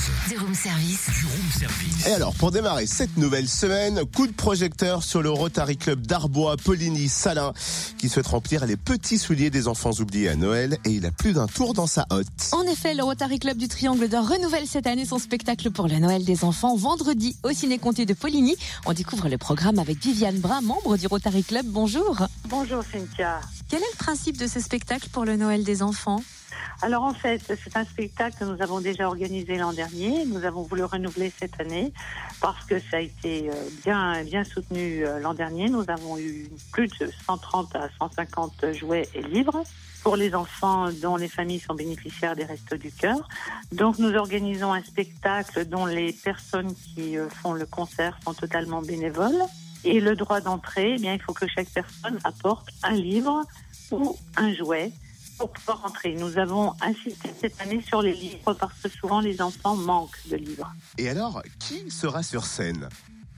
Du room service. Et alors, pour démarrer cette nouvelle semaine, coup de projecteur sur le Rotary Club d'Arbois, Poligny-Salins, qui souhaite remplir les petits souliers des enfants oubliés à Noël, et il a plus d'un tour dans sa hotte. En effet, le Rotary Club du Triangle d'Or renouvelle cette année son spectacle pour le Noël des enfants vendredi au Ciné-Comté de Poligny. On découvre le programme avec Viviane Brun, membre du Rotary Club. Bonjour. Bonjour Cynthia. Quel est le principe de ce spectacle pour le Noël des enfants ? Alors en fait, c'est un spectacle que nous avons déjà organisé l'an dernier. Nous avons voulu renouveler cette année parce que ça a été bien soutenu l'an dernier. Nous avons eu plus de 130 à 150 jouets et livres pour les enfants dont les familles sont bénéficiaires des Restos du Cœur. Donc nous organisons un spectacle dont les personnes qui font le concert sont totalement bénévoles. Et le droit d'entrée, eh bien, il faut que chaque personne apporte un livre ou un jouet pour pouvoir entrer. Nous avons insisté cette année sur les livres parce que souvent les enfants manquent de livres. Et alors, qui sera sur scène ?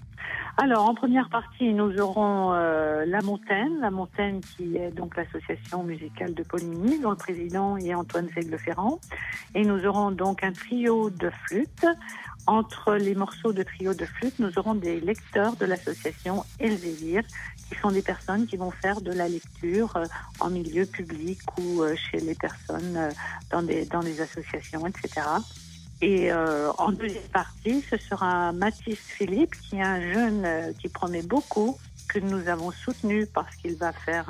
Alors, en première partie, nous aurons La Montaine qui est donc l'association musicale de Poligny, dont le président est Antoine Zegle-Ferrand. Et nous aurons donc un trio de flûte. Entre les morceaux de trio de flûte, nous aurons des lecteurs de l'association Elzévir, qui sont des personnes qui vont faire de la lecture en milieu public ou chez les personnes dans des associations, etc. Et en deuxième partie, ce sera Mathis Philippe, qui est un jeune qui promet beaucoup, que nous avons soutenu parce qu'il va faire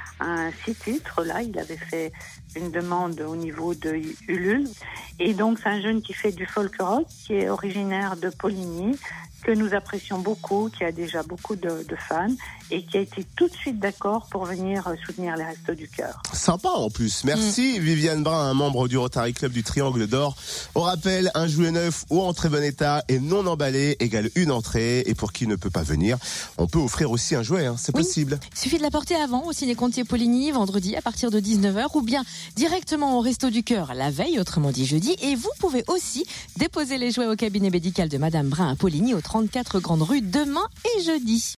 un 6 titres. Là, il avait fait une demande au niveau de Ulule. Et donc, c'est un jeune qui fait du folk rock, qui est originaire de Poligny, que nous apprécions beaucoup, qui a déjà beaucoup de fans et qui a été tout de suite d'accord pour venir soutenir les Restos du Cœur. Sympa en plus. Merci Viviane Brun, un membre du Rotary Club du Triangle d'Or. Au rappel, un jouet neuf ou en très bon état et non emballé égale une entrée. Et pour qui ne peut pas venir, on peut offrir aussi un jouet, c'est possible. Il suffit de l'apporter avant au Ciné-Comté Poligny, vendredi à partir de 19h, ou bien directement au Resto du Cœur la veille, autrement dit jeudi. Et vous pouvez aussi déposer les jouets au cabinet médical de Madame Brun à Poligny, au 34 Grande Rue, demain et jeudi.